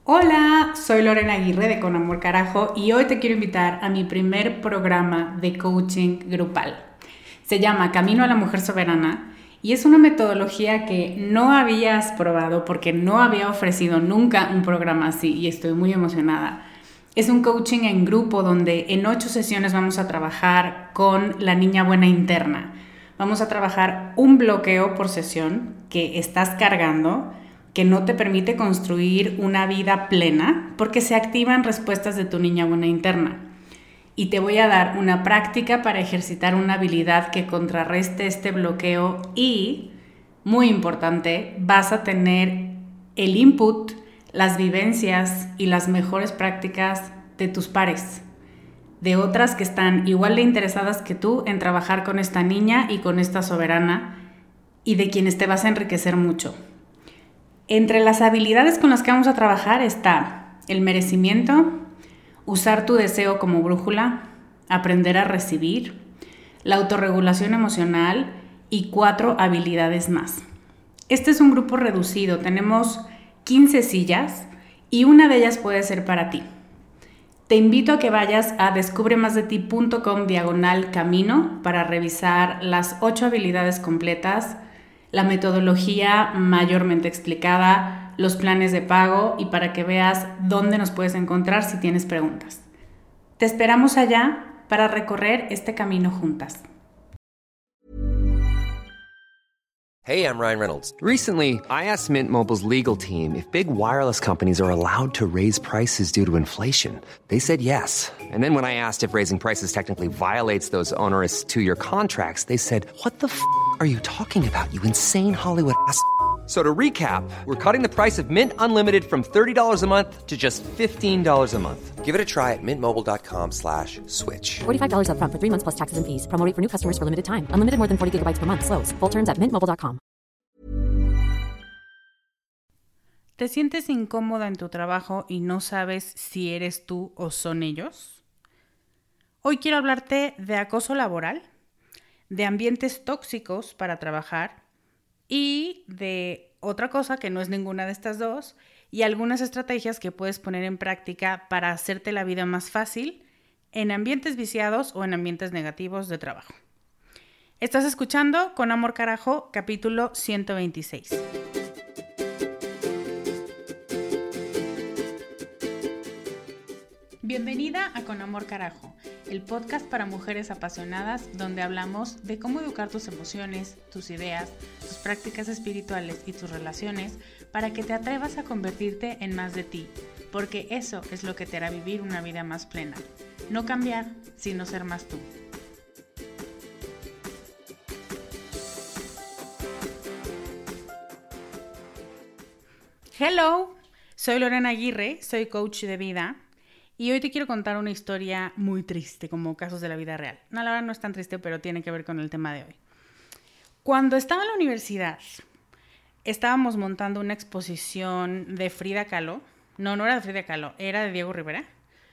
Hola, soy Lorena Aguirre de Con Amor Carajo y hoy te quiero invitar a mi primer programa de coaching grupal. Se llama Camino a la Mujer Soberana y es una metodología que no habías probado porque no había ofrecido nunca un programa así y estoy muy emocionada. Es un coaching en grupo donde en 8 sesiones vamos a trabajar con la niña buena interna. Vamos a trabajar un bloqueo por sesión que estás cargando, que no te permite construir una vida plena porque se activan respuestas de tu niña buena interna. Y te voy a dar una práctica para ejercitar una habilidad que contrarreste este bloqueo y, muy importante, vas a tener el input, las vivencias y las mejores prácticas de tus pares, de otras que están igual de interesadas que tú en trabajar con esta niña y con esta soberana y de quienes te vas a enriquecer mucho. Entre las habilidades con las que vamos a trabajar está el merecimiento, usar tu deseo como brújula, aprender a recibir, la autorregulación emocional y 4 habilidades más. Este es un grupo reducido, tenemos 15 sillas y una de ellas puede ser para ti. Te invito a que vayas a descubremasdeti.com/camino para revisar las 8 habilidades completas, la metodología mayormente explicada, los planes de pago y para que veas dónde nos puedes encontrar si tienes preguntas. Te esperamos allá para recorrer este camino juntas. Hey, I'm Ryan Reynolds. Recently, I asked Mint Mobile's legal team if big wireless companies are allowed to raise prices due to inflation. They said yes. And then when I asked if raising prices technically violates those onerous 2-year contracts, they said, "What the are you talking about, you insane Hollywood ass?" So to recap, we're cutting the price of Mint Unlimited from $30 a month to just $15 a month. Give it a try at mintmobile.com/switch. $45 up front for 3 months plus taxes and fees. Promo rate for new customers for limited time. Unlimited more than 40 gigabytes per month. Slows full terms at mintmobile.com. ¿Te sientes incómoda en tu trabajo y no sabes si eres tú o son ellos? Hoy quiero hablarte de acoso laboral, de ambientes tóxicos para trabajar y de otra cosa que no es ninguna de estas dos y algunas estrategias que puedes poner en práctica para hacerte la vida más fácil en ambientes viciados o en ambientes negativos de trabajo. Estás escuchando Con Amor Carajo, capítulo 126. Bienvenida a Con Amor Carajo, el podcast para mujeres apasionadas donde hablamos de cómo educar tus emociones, tus ideas, tus prácticas espirituales y tus relaciones para que te atrevas a convertirte en más de ti, porque eso es lo que te hará vivir una vida más plena. No cambiar, sino ser más tú. Hello, soy Lorena Aguirre, soy coach de vida. Y hoy te quiero contar una historia muy triste, como casos de la vida real. No, la verdad no es tan triste, pero tiene que ver con el tema de hoy. Cuando estaba en la universidad, estábamos montando una exposición de Frida Kahlo. No era de Frida Kahlo, era de Diego Rivera.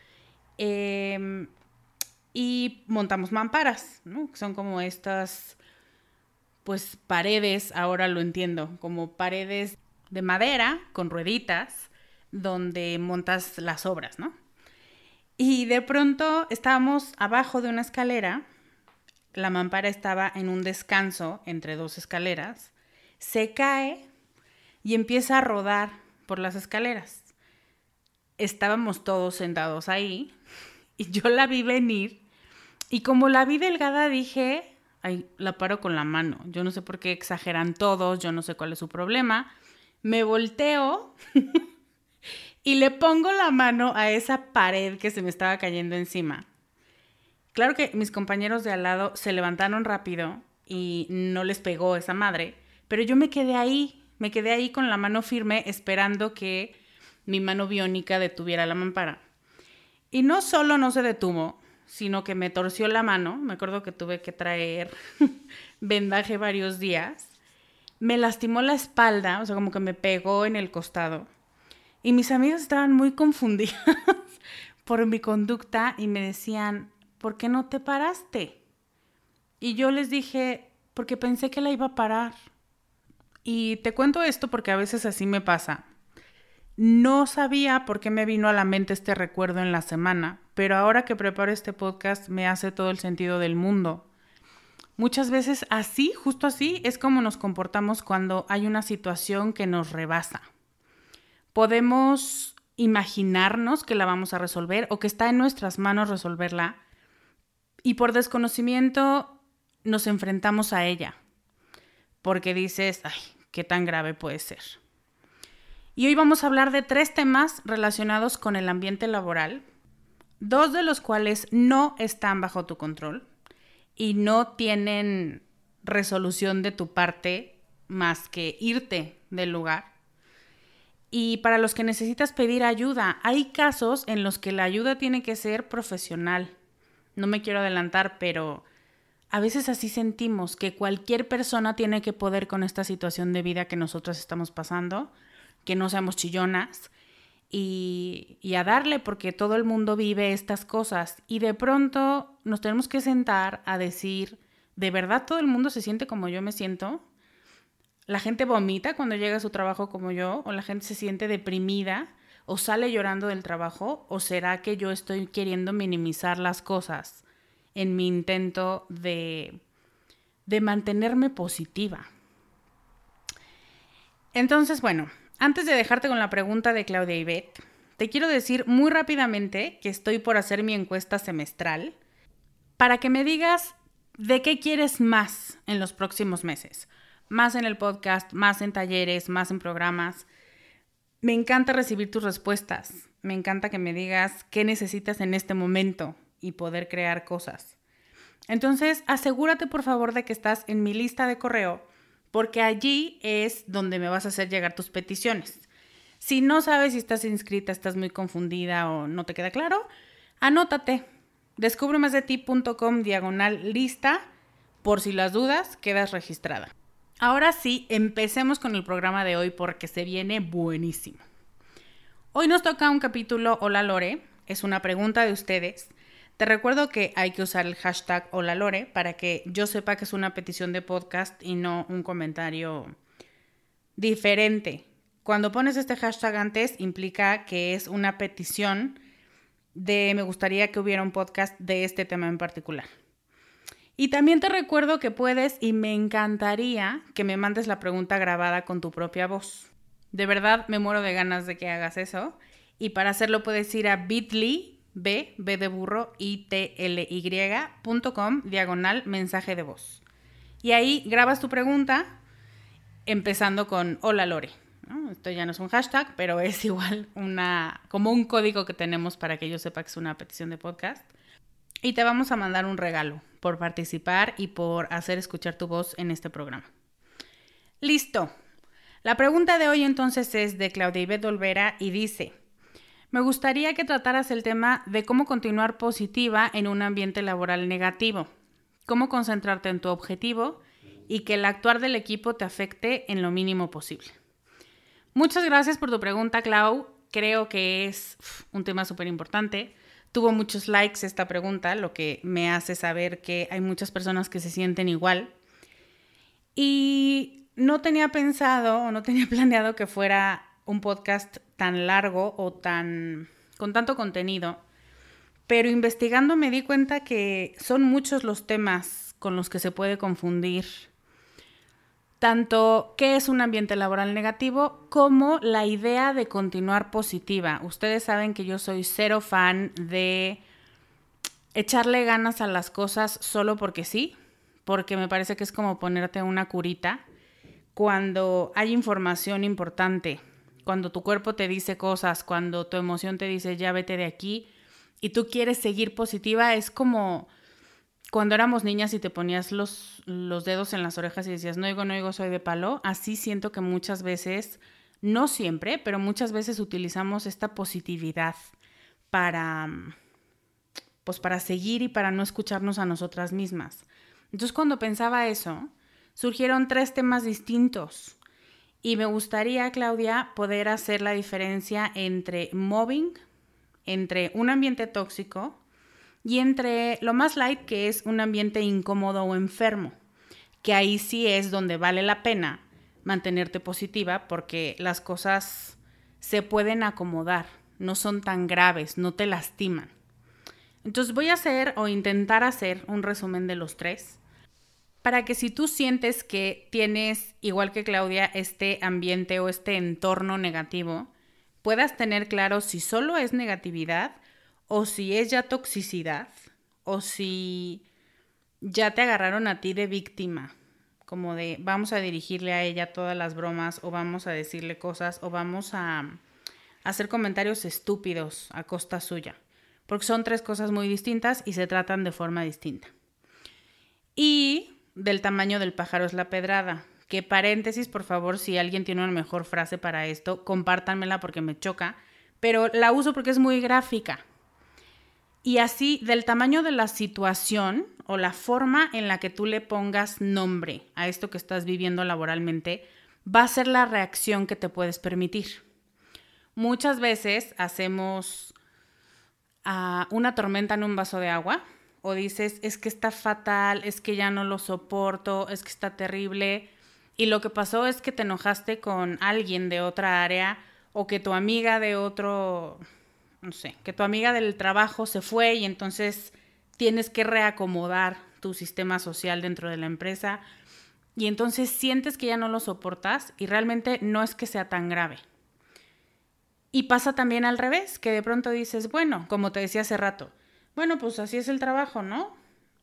Y montamos mamparas, ¿no? Son como estas, pues, paredes, ahora lo entiendo, como paredes de madera con rueditas, donde montas las obras, ¿no? Y de pronto estábamos abajo de una escalera, la mampara estaba en un descanso entre 2 escaleras, se cae y empieza a rodar por las escaleras. Estábamos todos sentados ahí y yo la vi venir y como la vi delgada dije, ay, la paro con la mano. Yo no sé por qué exageran todos, yo no sé cuál es su problema. Me volteo y le pongo la mano a esa pared que se me estaba cayendo encima. Claro que mis compañeros de al lado se levantaron rápido y no les pegó esa madre, pero yo me quedé ahí con la mano firme esperando que mi mano biónica detuviera la mampara. Y no solo no se detuvo, sino que me torció la mano. Me acuerdo que tuve que traer vendaje varios días. Me lastimó la espalda, o sea, como que me pegó en el costado. Y mis amigas estaban muy confundidas por mi conducta y me decían, ¿por qué no te paraste? Y yo les dije, porque pensé que la iba a parar. Y te cuento esto porque a veces así me pasa. No sabía por qué me vino a la mente este recuerdo en la semana, pero ahora que preparo este podcast me hace todo el sentido del mundo. Muchas veces así, justo así, es como nos comportamos cuando hay una situación que nos rebasa. Podemos imaginarnos que la vamos a resolver o que está en nuestras manos resolverla y por desconocimiento nos enfrentamos a ella porque dices, ay, ¿qué tan grave puede ser? Y hoy vamos a hablar de 3 temas relacionados con el ambiente laboral, 2 de los cuales no están bajo tu control y no tienen resolución de tu parte más que irte del lugar. Y para los que necesitas pedir ayuda, hay casos en los que la ayuda tiene que ser profesional. No me quiero adelantar, pero a veces así sentimos que cualquier persona tiene que poder con esta situación de vida que nosotras estamos pasando, que no seamos chillonas y a darle porque todo el mundo vive estas cosas y de pronto nos tenemos que sentar a decir, ¿de verdad todo el mundo se siente como yo me siento? ¿La gente vomita cuando llega a su trabajo como yo? ¿O la gente se siente deprimida? ¿O sale llorando del trabajo? ¿O será que yo estoy queriendo minimizar las cosas en mi intento de mantenerme positiva? Entonces, bueno, antes de dejarte con la pregunta de Claudia Ivette, te quiero decir muy rápidamente que estoy por hacer mi encuesta semestral para que me digas de qué quieres más en los próximos meses. Más en el podcast, más en talleres, más en programas. Me encanta recibir tus respuestas. Me encanta que me digas qué necesitas en este momento y poder crear cosas. Entonces, asegúrate por favor de que estás en mi lista de correo porque allí es donde me vas a hacer llegar tus peticiones. Si no sabes si estás inscrita, estás muy confundida o no te queda claro, anótate. descubremasdeti.com/lista. Por si las dudas, quedas registrada. Ahora sí, empecemos con el programa de hoy porque se viene buenísimo. Hoy nos toca un capítulo Hola Lore, es una pregunta de ustedes. Te recuerdo que hay que usar el hashtag Hola Lore para que yo sepa que es una petición de podcast y no un comentario diferente. Cuando pones este hashtag antes implica que es una petición de me gustaría que hubiera un podcast de este tema en particular. Y también te recuerdo que puedes y me encantaría que me mandes la pregunta grabada con tu propia voz. De verdad me muero de ganas de que hagas eso. Y para hacerlo puedes ir a bit.ly, b de burro, itly.com/mensaje de voz. Y ahí grabas tu pregunta empezando con Hola Lore. ¿No? Esto ya no es un hashtag, pero es igual como un código que tenemos para que yo sepa que es una petición de podcast. Y te vamos a mandar un regalo por participar y por hacer escuchar tu voz en este programa. ¡Listo! La pregunta de hoy entonces es de Claudia Ivette Olvera y dice: me gustaría que trataras el tema de cómo continuar positiva en un ambiente laboral negativo, cómo concentrarte en tu objetivo y que el actuar del equipo te afecte en lo mínimo posible. Muchas gracias por tu pregunta, Clau. Creo que es un tema súper importante. Tuvo muchos likes esta pregunta, lo que me hace saber que hay muchas personas que se sienten igual. Y no tenía pensado o no tenía planeado que fuera un podcast tan largo o con tanto contenido. Pero investigando me di cuenta que son muchos los temas con los que se puede confundir. Tanto qué es un ambiente laboral negativo como la idea de continuar positiva. Ustedes saben que yo soy cero fan de echarle ganas a las cosas solo porque sí, porque me parece que es como ponerte una curita cuando hay información importante, cuando tu cuerpo te dice cosas, cuando tu emoción te dice ya vete de aquí y tú quieres seguir positiva. Es como cuando éramos niñas y te ponías los dedos en las orejas y decías, no oigo, soy de palo. Así siento que muchas veces, no siempre, pero muchas veces utilizamos esta positividad para seguir y para no escucharnos a nosotras mismas. Entonces, cuando pensaba eso, surgieron 3 temas distintos. Y me gustaría, Claudia, poder hacer la diferencia entre mobbing, entre un ambiente tóxico y entre lo más light, que es un ambiente incómodo o enfermo, que ahí sí es donde vale la pena mantenerte positiva porque las cosas se pueden acomodar, no son tan graves, no te lastiman. Entonces voy a hacer o intentar hacer un resumen de los 3 para que si tú sientes que tienes, igual que Claudia, este ambiente o este entorno negativo, puedas tener claro si solo es negatividad o si es ya toxicidad o si ya te agarraron a ti de víctima, como de vamos a dirigirle a ella todas las bromas o vamos a decirle cosas o vamos a hacer comentarios estúpidos a costa suya, porque son 3 cosas muy distintas y se tratan de forma distinta. Y del tamaño del pájaro es la pedrada, que paréntesis, por favor, si alguien tiene una mejor frase para esto, compártanmela porque me choca, pero la uso porque es muy gráfica. Y así, del tamaño de la situación o la forma en la que tú le pongas nombre a esto que estás viviendo laboralmente, va a ser la reacción que te puedes permitir. Muchas veces hacemos una tormenta en un vaso de agua o dices, es que está fatal, es que ya no lo soporto, es que está terrible. Y lo que pasó es que te enojaste con alguien de otra área o que tu amiga de otro, no sé, que tu amiga del trabajo se fue y entonces tienes que reacomodar tu sistema social dentro de la empresa y entonces sientes que ya no lo soportas y realmente no es que sea tan grave. Y pasa también al revés, que de pronto dices, bueno, como te decía hace rato, bueno, pues así es el trabajo, ¿no?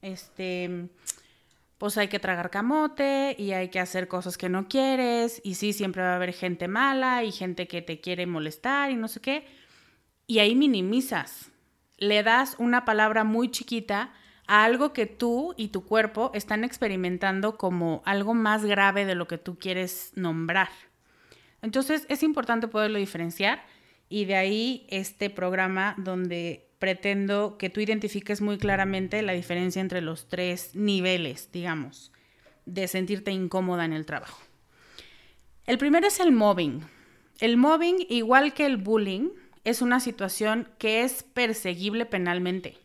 Pues hay que tragar camote y hay que hacer cosas que no quieres y sí, siempre va a haber gente mala y gente que te quiere molestar y no sé qué. Y ahí minimizas, le das una palabra muy chiquita a algo que tú y tu cuerpo están experimentando como algo más grave de lo que tú quieres nombrar. Entonces es importante poderlo diferenciar y de ahí este programa donde pretendo que tú identifiques muy claramente la diferencia entre los 3 niveles, digamos, de sentirte incómoda en el trabajo. El primero es el mobbing. El mobbing, igual que el bullying, es una situación que es perseguible penalmente.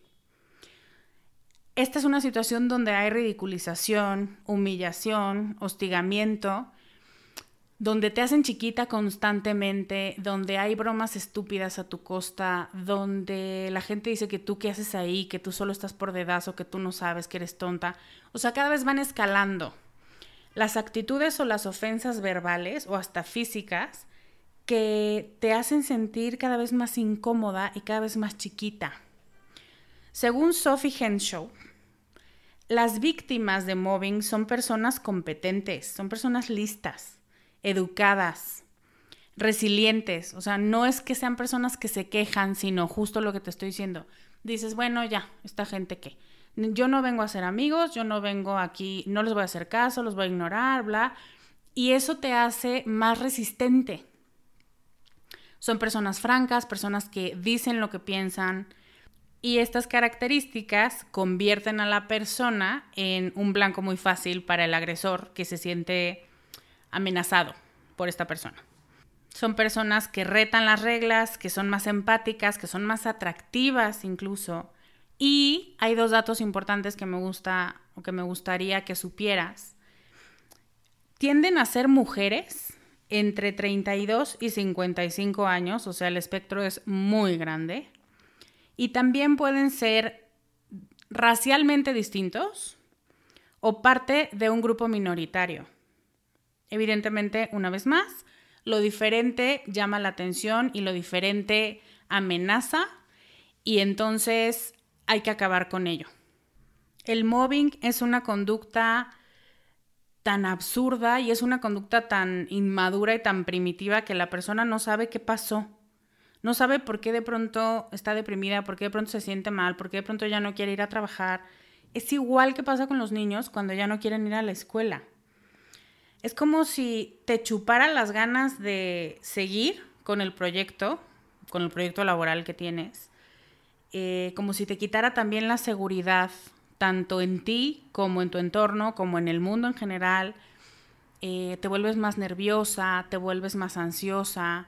Esta es una situación donde hay ridiculización, humillación, hostigamiento, donde te hacen chiquita constantemente, donde hay bromas estúpidas a tu costa, donde la gente dice que tú qué haces ahí, que tú solo estás por dedazo, que tú no sabes, que eres tonta. O sea, cada vez van escalando las actitudes o las ofensas verbales o hasta físicas que te hacen sentir cada vez más incómoda y cada vez más chiquita. Según Sophie Henshaw, las víctimas de mobbing son personas competentes, son personas listas, educadas, resilientes. O sea, no es que sean personas que se quejan, sino justo lo que te estoy diciendo. Dices, bueno, ya, esta gente que yo no vengo a ser amigos, yo no vengo aquí, no les voy a hacer caso, los voy a ignorar, bla. Y eso te hace más resistente. Son personas francas, personas que dicen lo que piensan. Y estas características convierten a la persona en un blanco muy fácil para el agresor que se siente amenazado por esta persona. Son personas que retan las reglas, que son más empáticas, que son más atractivas incluso. Y hay 2 datos importantes que me gustaría que supieras. Tienden a ser mujeres entre 32 y 55 años, o sea, el espectro es muy grande. Y también pueden ser racialmente distintos o parte de un grupo minoritario. Evidentemente, una vez más, lo diferente llama la atención y lo diferente amenaza y entonces hay que acabar con ello. El mobbing es una conducta tan absurda y es una conducta tan inmadura y tan primitiva que la persona no sabe qué pasó. No sabe por qué de pronto está deprimida, por qué de pronto se siente mal, por qué de pronto ya no quiere ir a trabajar. Es igual que pasa con los niños cuando ya no quieren ir a la escuela. Es como si te chuparan las ganas de seguir con el proyecto laboral que tienes. Como si te quitara también la seguridad, tanto en ti como en tu entorno, como en el mundo en general. Te vuelves más nerviosa, te vuelves más ansiosa,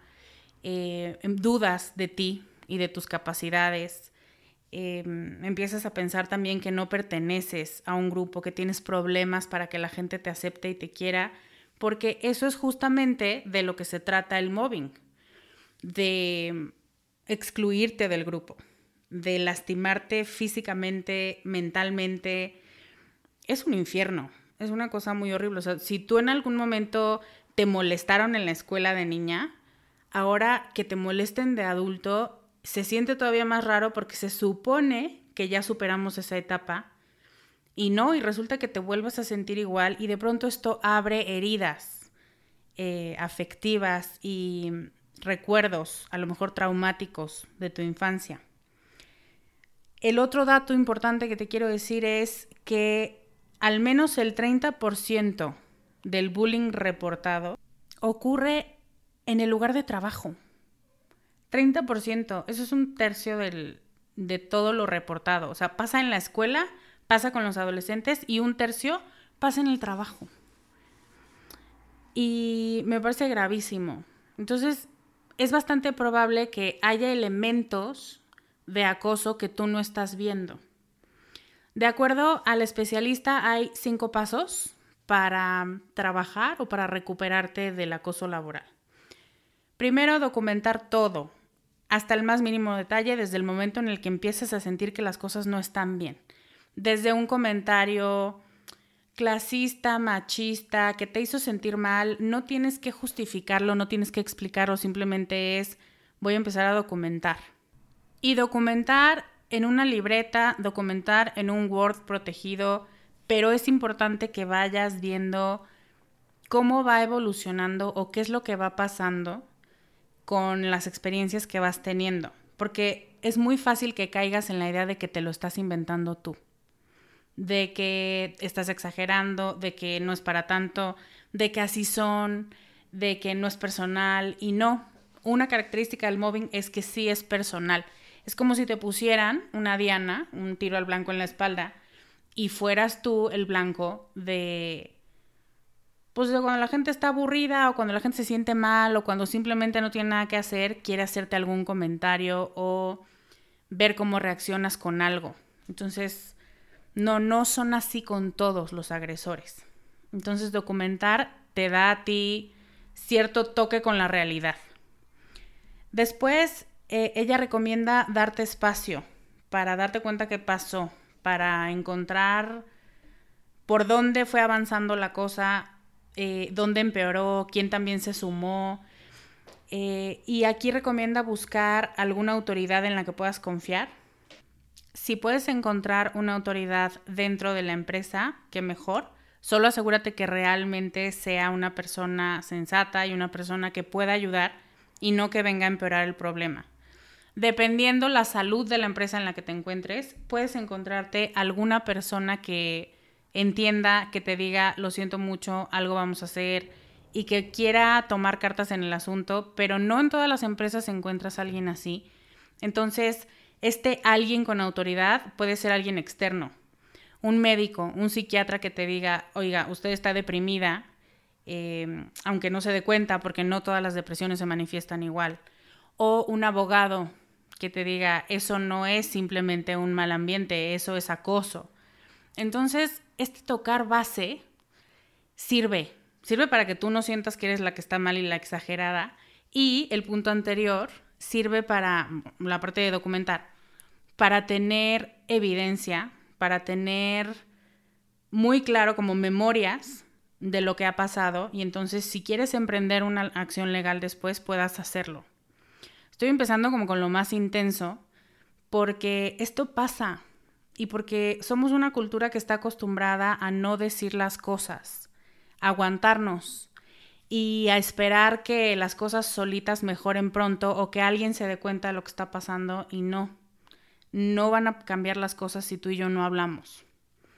dudas de ti y de tus capacidades. Empiezas a pensar también que no perteneces a un grupo, que tienes problemas para que la gente te acepte y te quiera, porque eso es justamente de lo que se trata el mobbing. de excluirte del grupo, de lastimarte físicamente, mentalmente. Es un infierno, es una cosa muy horrible. O sea, si tú en algún momento te molestaron en la escuela de niña, ahora que te molesten de adulto, se siente todavía más raro porque se supone que ya superamos esa etapa y no, y resulta que te vuelves a sentir igual y de pronto esto abre heridas afectivas y recuerdos, a lo mejor traumáticos de tu infancia. El otro dato importante que te quiero decir es que al menos el 30% del bullying reportado ocurre en el lugar de trabajo. 30%, eso es un tercio de todo lo reportado. O sea, pasa en la escuela, pasa con los adolescentes y un tercio pasa en el trabajo. Y me parece gravísimo. Entonces, es bastante probable que haya elementos de acoso que tú no estás viendo. De acuerdo al especialista, hay 5 pasos para trabajar o para recuperarte del acoso laboral. Primero, documentar todo, hasta el más mínimo detalle, desde el momento en el que empieces a sentir que las cosas no están bien. Desde un comentario clasista, machista, que te hizo sentir mal, no tienes que justificarlo, no tienes que explicarlo, simplemente es, voy a empezar a documentar. Y documentar en una libreta, documentar en un Word protegido, pero es importante que vayas viendo cómo va evolucionando o qué es lo que va pasando con las experiencias que vas teniendo, porque es muy fácil que caigas en la idea de que te lo estás inventando tú, de que estás exagerando, de que no es para tanto, de que así son, de que no es personal, y no. Una característica del mobbing es que sí es personal. Es como si te pusieran una diana, un tiro al blanco en la espalda, y fueras tú el blanco de cuando la gente está aburrida o cuando la gente se siente mal o cuando simplemente no tiene nada que hacer, quiere hacerte algún comentario o ver cómo reaccionas con algo. Entonces, no son así con todos los agresores. Entonces, documentar te da a ti cierto toque con la realidad. Después, ella recomienda darte espacio para darte cuenta qué pasó, para encontrar por dónde fue avanzando la cosa, dónde empeoró, quién también se sumó. Y aquí recomienda buscar alguna autoridad en la que puedas confiar. Si puedes encontrar una autoridad dentro de la empresa, qué mejor. Solo asegúrate que realmente sea una persona sensata y una persona que pueda ayudar y no que venga a empeorar el problema. Dependiendo la salud de la empresa en la que te encuentres, puedes encontrarte alguna persona que entienda, que te diga, lo siento mucho, algo vamos a hacer, y que quiera tomar cartas en el asunto, pero no en todas las empresas encuentras a alguien así. Entonces, alguien con autoridad puede ser alguien externo, un médico, un psiquiatra que te diga, oiga, usted está deprimida, aunque no se dé cuenta, porque no todas las depresiones se manifiestan igual, o un abogado que te diga, eso no es simplemente un mal ambiente, eso es acoso. Entonces, tocar base sirve para que tú no sientas que eres la que está mal y la exagerada, y el punto anterior sirve para la parte de documentar, para tener evidencia, para tener muy claro como memorias de lo que ha pasado, y entonces si quieres emprender una acción legal después puedas hacerlo. Estoy empezando como con lo más intenso porque esto pasa y porque somos una cultura que está acostumbrada a no decir las cosas, a aguantarnos y a esperar que las cosas solitas mejoren pronto o que alguien se dé cuenta de lo que está pasando, y no van a cambiar las cosas si tú y yo no hablamos.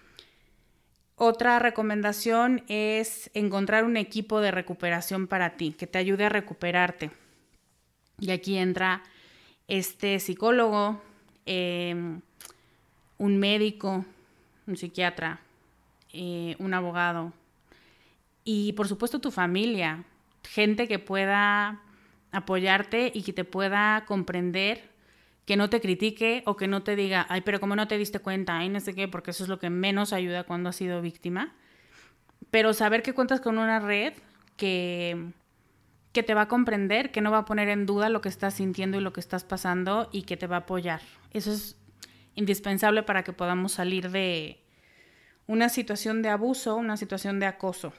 Otra recomendación es encontrar un equipo de recuperación para ti, que te ayude a recuperarte. Y aquí entra psicólogo, un médico, un psiquiatra, un abogado y por supuesto tu familia, gente que pueda apoyarte y que te pueda comprender, que no te critique o que no te diga, ay, pero ¿cómo no te diste cuenta? Ay, no sé qué, porque eso es lo que menos ayuda cuando has sido víctima. Pero saber que cuentas con una red que que te va a comprender, que no va a poner en duda lo que estás sintiendo y lo que estás pasando y que te va a apoyar. Eso es indispensable para que podamos salir de una situación de abuso, una situación de acoso.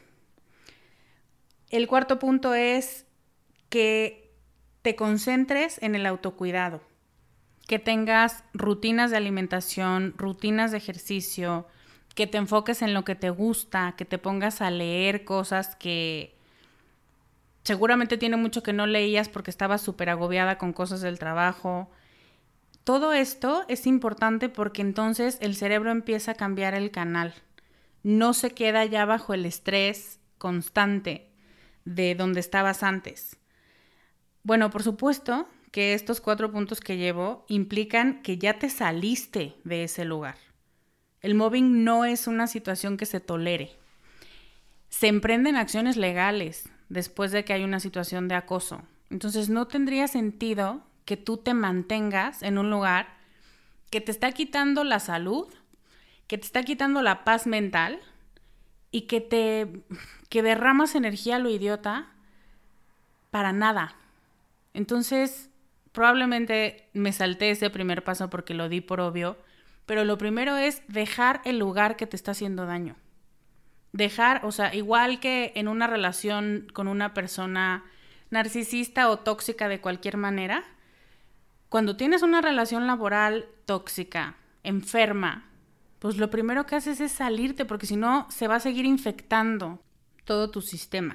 El cuarto punto es que te concentres en el autocuidado, que tengas rutinas de alimentación, rutinas de ejercicio, que te enfoques en lo que te gusta, que te pongas a leer cosas que seguramente tiene mucho que no leías porque estabas súper agobiada con cosas del trabajo. Todo esto es importante porque entonces el cerebro empieza a cambiar el canal. No se queda ya bajo el estrés constante de donde estabas antes. Bueno, por supuesto que estos 4 puntos que llevo implican que ya te saliste de ese lugar. El mobbing no es una situación que se tolere. Se emprenden acciones legales después de que hay una situación de acoso. Entonces no tendría sentido que tú te mantengas en un lugar que te está quitando la salud, que te está quitando la paz mental y que derramas energía a lo idiota para nada. Entonces, probablemente me salté ese primer paso porque lo di por obvio, pero lo primero es dejar el lugar que te está haciendo daño. Dejar, o sea, igual que en una relación con una persona narcisista o tóxica de cualquier manera, cuando tienes una relación laboral tóxica, enferma, pues lo primero que haces es salirte, porque si no se va a seguir infectando todo tu sistema.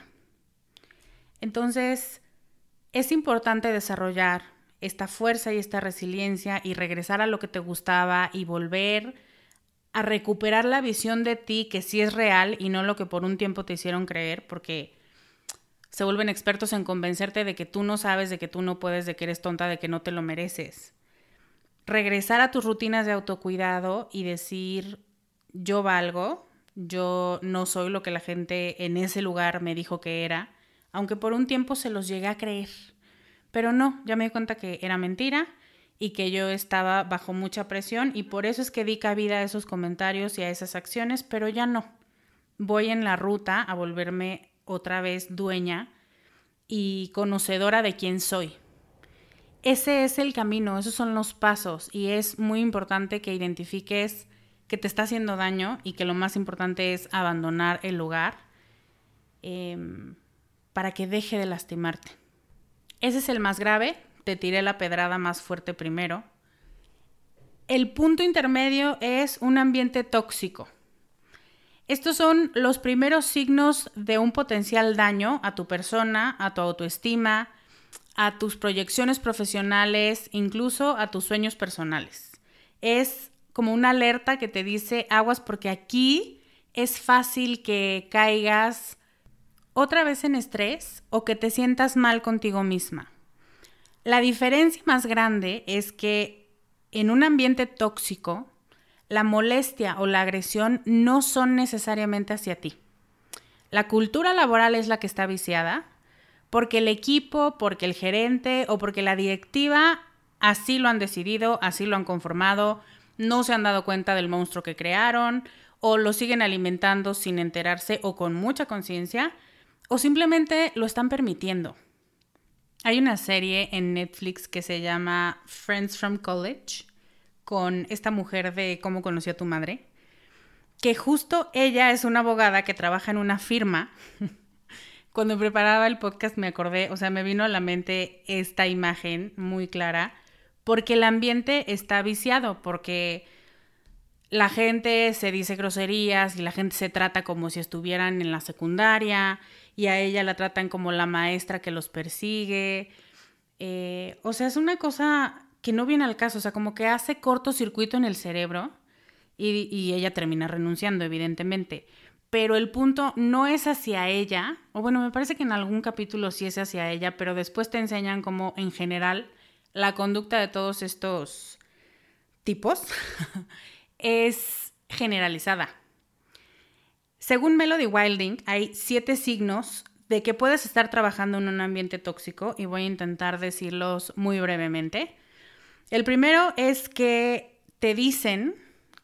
Entonces, es importante desarrollar esta fuerza y esta resiliencia y regresar a lo que te gustaba y volver a recuperar la visión de ti que sí es real y no lo que por un tiempo te hicieron creer, porque se vuelven expertos en convencerte de que tú no sabes, de que tú no puedes, de que eres tonta, de que no te lo mereces. Regresar a tus rutinas de autocuidado y decir, yo valgo, yo no soy lo que la gente en ese lugar me dijo que era, aunque por un tiempo se los llegué a creer. Pero no, ya me di cuenta que era mentira y que yo estaba bajo mucha presión y por eso es que di cabida a esos comentarios y a esas acciones, pero ya no. Voy en la ruta a volverme otra vez dueña y conocedora de quién soy. Ese es el camino, esos son los pasos y es muy importante que identifiques que te está haciendo daño y que lo más importante es abandonar el lugar para que deje de lastimarte. Ese es el más grave, te tiré la pedrada más fuerte primero. El punto intermedio es un ambiente tóxico. Estos son los primeros signos de un potencial daño a tu persona, a tu autoestima, a tus proyecciones profesionales, incluso a tus sueños personales. Es como una alerta que te dice aguas porque aquí es fácil que caigas otra vez en estrés o que te sientas mal contigo misma. La diferencia más grande es que en un ambiente tóxico, la molestia o la agresión no son necesariamente hacia ti. La cultura laboral es la que está viciada porque el equipo, porque el gerente o porque la directiva así lo han decidido, así lo han conformado, no se han dado cuenta del monstruo que crearon o lo siguen alimentando sin enterarse o con mucha conciencia o simplemente lo están permitiendo. Hay una serie en Netflix que se llama Friends from College con esta mujer de Cómo conocí a tu madre, que justo ella es una abogada que trabaja en una firma. Cuando preparaba el podcast me acordé, o sea, me vino a la mente esta imagen muy clara, porque el ambiente está viciado, porque la gente se dice groserías y la gente se trata como si estuvieran en la secundaria y a ella la tratan como la maestra que los persigue. O sea, es una cosa que no viene al caso, o sea, como que hace cortocircuito en el cerebro y ella termina renunciando, evidentemente. Pero el punto no es hacia ella, o bueno, me parece que en algún capítulo sí es hacia ella, pero después te enseñan como en general la conducta de todos estos tipos es generalizada. Según Melody Wilding, hay 7 signos de que puedes estar trabajando en un ambiente tóxico y voy a intentar decirlos muy brevemente. El primero es que te dicen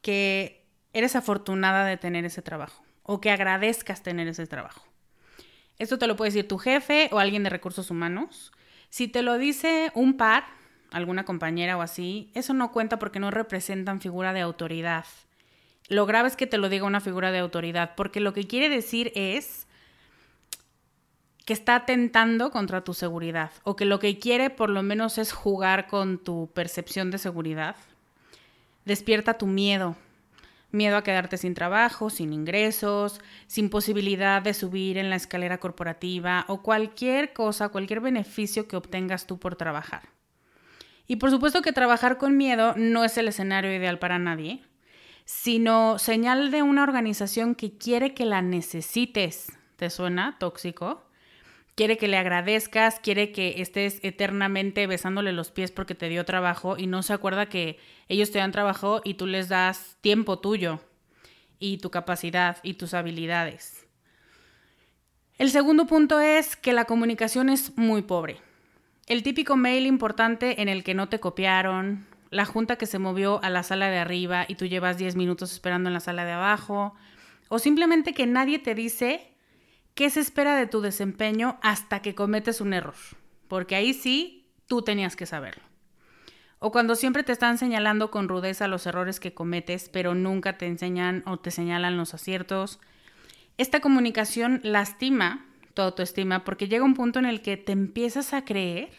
que eres afortunada de tener ese trabajo o que agradezcas tener ese trabajo. Esto te lo puede decir tu jefe o alguien de recursos humanos. Si te lo dice un par, alguna compañera o así, eso no cuenta porque no representan figura de autoridad. Lo grave es que te lo diga una figura de autoridad, porque lo que quiere decir es que está atentando contra tu seguridad, o que lo que quiere por lo menos es jugar con tu percepción de seguridad. Despierta tu miedo. Miedo a quedarte sin trabajo, sin ingresos, sin posibilidad de subir en la escalera corporativa o cualquier cosa, cualquier beneficio que obtengas tú por trabajar. Y por supuesto que trabajar con miedo no es el escenario ideal para nadie, sino señal de una organización que quiere que la necesites. ¿Te suena tóxico? Quiere que le agradezcas, quiere que estés eternamente besándole los pies porque te dio trabajo y no se acuerda que ellos te dan trabajo y tú les das tiempo tuyo y tu capacidad y tus habilidades. El segundo punto es que la comunicación es muy pobre. El típico mail importante en el que no te copiaron, la junta que se movió a la sala de arriba y tú llevas 10 minutos esperando en la sala de abajo, o simplemente que nadie te dice qué se espera de tu desempeño hasta que cometes un error, porque ahí sí tú tenías que saberlo. O cuando siempre te están señalando con rudeza los errores que cometes, pero nunca te enseñan o te señalan los aciertos. Esta comunicación lastima tu autoestima porque llega un punto en el que te empiezas a creer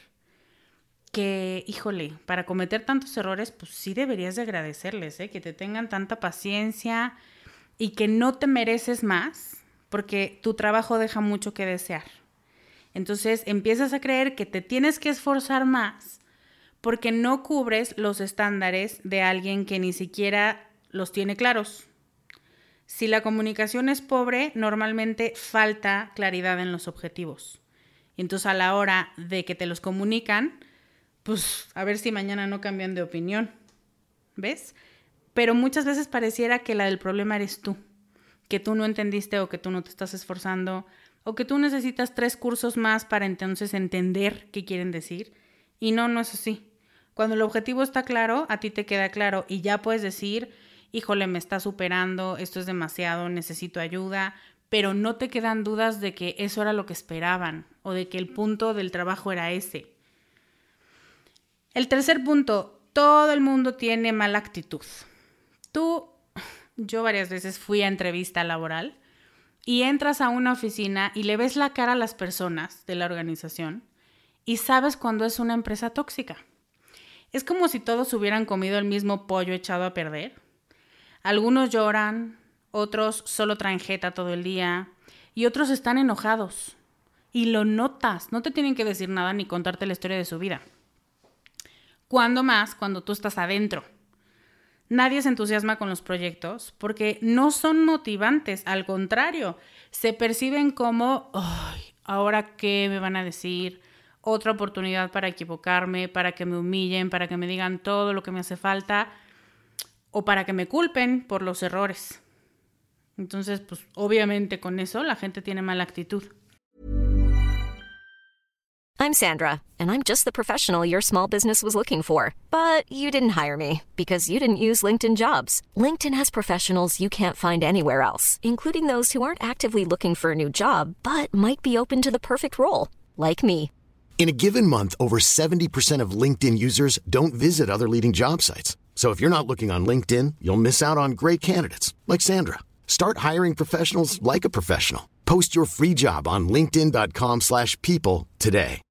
que, híjole, para cometer tantos errores, pues sí deberías de agradecerles, que te tengan tanta paciencia y que no te mereces más, porque tu trabajo deja mucho que desear. Entonces empiezas a creer que te tienes que esforzar más porque no cubres los estándares de alguien que ni siquiera los tiene claros. Si la comunicación es pobre, normalmente falta claridad en los objetivos. Y entonces a la hora de que te los comunican, pues a ver si mañana no cambian de opinión. ¿Ves? Pero muchas veces pareciera que la del problema eres tú. Que tú no entendiste o que tú no te estás esforzando o que tú necesitas 3 cursos más para entonces entender qué quieren decir. Y no es así. Cuando el objetivo está claro, a ti te queda claro y ya puedes decir, híjole, me está superando, esto es demasiado, necesito ayuda, pero no te quedan dudas de que eso era lo que esperaban o de que el punto del trabajo era ese. El tercer punto, todo el mundo tiene mala actitud. Yo varias veces fui a entrevista laboral y entras a una oficina y le ves la cara a las personas de la organización y sabes cuando es una empresa tóxica. Es como si todos hubieran comido el mismo pollo echado a perder. Algunos lloran, otros solo traen jeta todo el día y otros están enojados. Y lo notas, no te tienen que decir nada ni contarte la historia de su vida. ¿Cuándo más? Cuando tú estás adentro. Nadie se entusiasma con los proyectos porque no son motivantes, al contrario, se perciben como, ¿ahora qué me van a decir? Otra oportunidad para equivocarme, para que me humillen, para que me digan todo lo que me hace falta o para que me culpen por los errores. Entonces, pues obviamente con eso la gente tiene mala actitud. I'm Sandra, and I'm just the professional your small business was looking for. But you didn't hire me because you didn't use LinkedIn Jobs. LinkedIn has professionals you can't find anywhere else, including those who aren't actively looking for a new job, but might be open to the perfect role, like me. In a given month, over 70% of LinkedIn users don't visit other leading job sites. So if you're not looking on LinkedIn, you'll miss out on great candidates like Sandra. Start hiring professionals like a professional. Post your free job on linkedin.com/people today.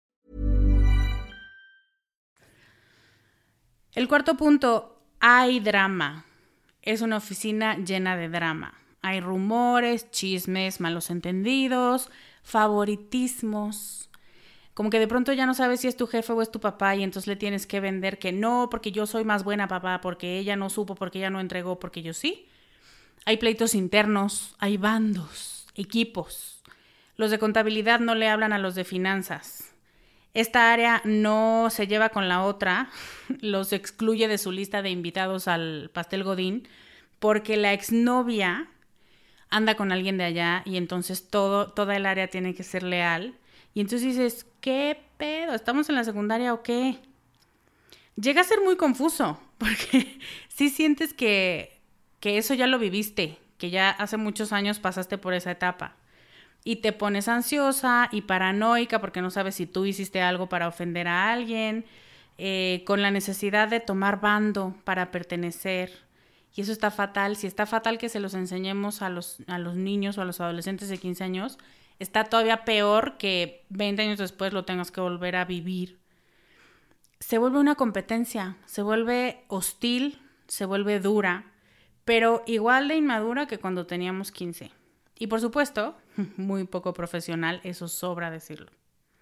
El cuarto punto, hay drama. Es una oficina llena de drama. Hay rumores, chismes, malos entendidos, favoritismos. Como que de pronto ya no sabes si es tu jefe o es tu papá y entonces le tienes que vender que no, porque yo soy más buena papá, porque ella no supo, porque ella no entregó, porque yo sí. Hay pleitos internos, hay bandos, equipos. Los de contabilidad no le hablan a los de finanzas. Esta área no se lleva con la otra, los excluye de su lista de invitados al pastel Godín porque la exnovia anda con alguien de allá y entonces toda el área tiene que ser leal. Y entonces dices, ¿qué pedo? ¿Estamos en la secundaria o qué? Llega a ser muy confuso porque sí sientes que eso ya lo viviste, que ya hace muchos años pasaste por esa etapa. y te pones ansiosa y paranoica porque no sabes si tú hiciste algo para ofender a alguien, con la necesidad de tomar bando para pertenecer. Y eso está fatal. Si está fatal que se los enseñemos a los niños o a los adolescentes de 15 años, está todavía peor que 20 años después lo tengas que volver a vivir. Se vuelve una competencia, se vuelve hostil, se vuelve dura, pero igual de inmadura que cuando teníamos 15. Y por supuesto, muy poco profesional, eso sobra decirlo.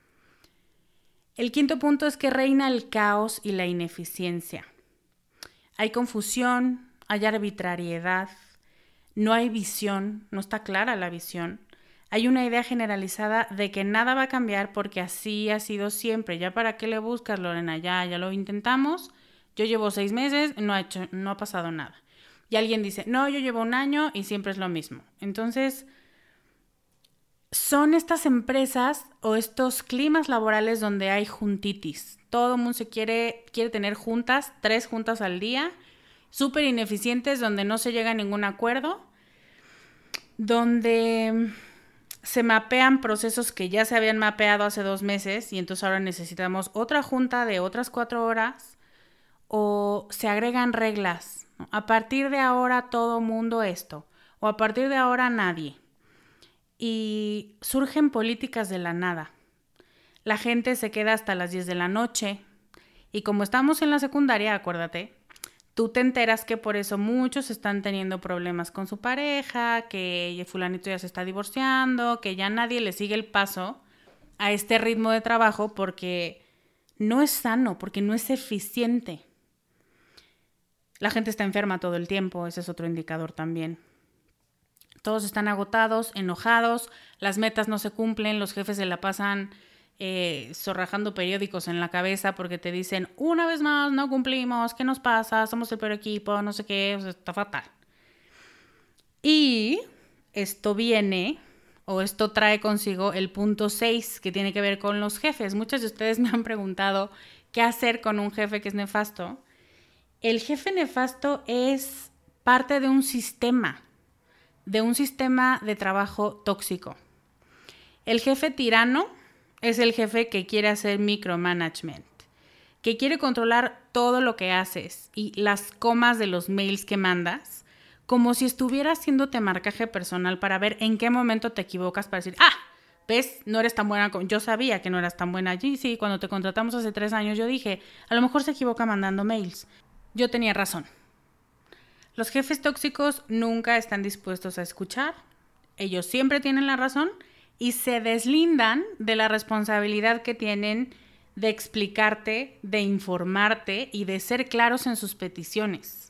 El quinto punto es que reina el caos y la ineficiencia. Hay confusión, hay arbitrariedad, no hay visión, no está clara la visión. Hay una idea generalizada de que nada va a cambiar porque así ha sido siempre. ¿Ya para qué le buscas, Lorena? Ya lo intentamos. Yo llevo 6 meses, no ha pasado nada. Y alguien dice, no, yo llevo 1 año y siempre es lo mismo. Entonces, son estas empresas o estos climas laborales donde hay juntitis. Todo el mundo quiere tener juntas, 3 juntas al día, súper ineficientes, donde no se llega a ningún acuerdo, donde se mapean procesos que ya se habían mapeado hace 2 meses y entonces ahora necesitamos otra junta de otras 4 horas, o se agregan reglas, ¿no? A partir de ahora todo mundo esto, o a partir de ahora nadie. Y surgen políticas de la nada. La gente se queda hasta las 10 de la noche y como estamos en la secundaria, acuérdate, tú te enteras que por eso muchos están teniendo problemas con su pareja, que fulanito ya se está divorciando, que ya nadie le sigue el paso a este ritmo de trabajo porque no es sano, porque no es eficiente. La gente está enferma todo el tiempo, ese es otro indicador también. Todos están agotados, enojados, las metas no se cumplen, los jefes se la pasan zorrajando periódicos en la cabeza porque te dicen, una vez más no cumplimos, ¿qué nos pasa? Somos el peor equipo, no sé qué, o sea, está fatal. Y esto trae consigo el punto 6, que tiene que ver con los jefes. Muchos de ustedes me han preguntado qué hacer con un jefe que es nefasto. El jefe nefasto es parte de un sistema de trabajo tóxico. El jefe tirano es el jefe que quiere hacer micromanagement, que quiere controlar todo lo que haces y las comas de los mails que mandas, como si estuviera haciéndote marcaje personal para ver en qué momento te equivocas para decir, ¿ves? No eres tan buena. Yo sabía que no eras tan buena allí. Sí, cuando te contratamos hace 3 años yo dije, a lo mejor se equivoca mandando mails. Yo tenía razón. Los jefes tóxicos nunca están dispuestos a escuchar. Ellos siempre tienen la razón y se deslindan de la responsabilidad que tienen de explicarte, de informarte y de ser claros en sus peticiones.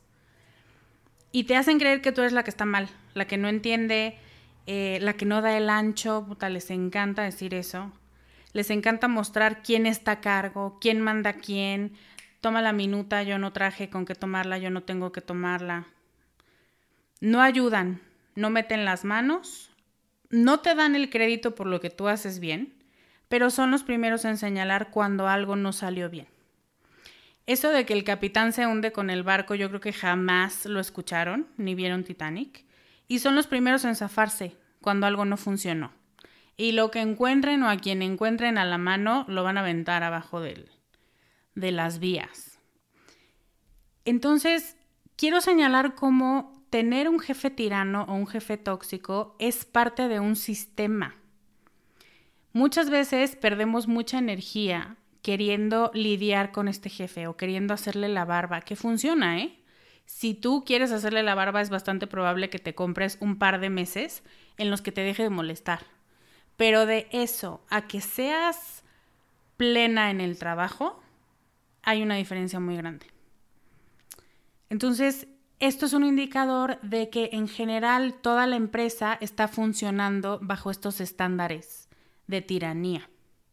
Y te hacen creer que tú eres la que está mal, la que no entiende, la que no da el ancho. Puta, les encanta decir eso. Les encanta mostrar quién está a cargo, quién manda a quién. Toma la minuta, yo no traje con qué tomarla, yo no tengo que tomarla. No ayudan, no meten las manos, no te dan el crédito por lo que tú haces bien, pero son los primeros en señalar cuando algo no salió bien. Eso de que el capitán se hunde con el barco, yo creo que jamás lo escucharon, ni vieron Titanic, y son los primeros en zafarse cuando algo no funcionó. Y lo que encuentren o a quien encuentren a la mano lo van a aventar abajo de las vías. Entonces, quiero señalar cómo tener un jefe tirano o un jefe tóxico es parte de un sistema. Muchas veces perdemos mucha energía queriendo lidiar con este jefe o queriendo hacerle la barba, que funciona, ¿eh? Si tú quieres hacerle la barba, es bastante probable que te compres un par de meses en los que te deje de molestar. Pero de eso a que seas plena en el trabajo, hay una diferencia muy grande. Entonces, esto es un indicador de que en general toda la empresa está funcionando bajo estos estándares de tiranía.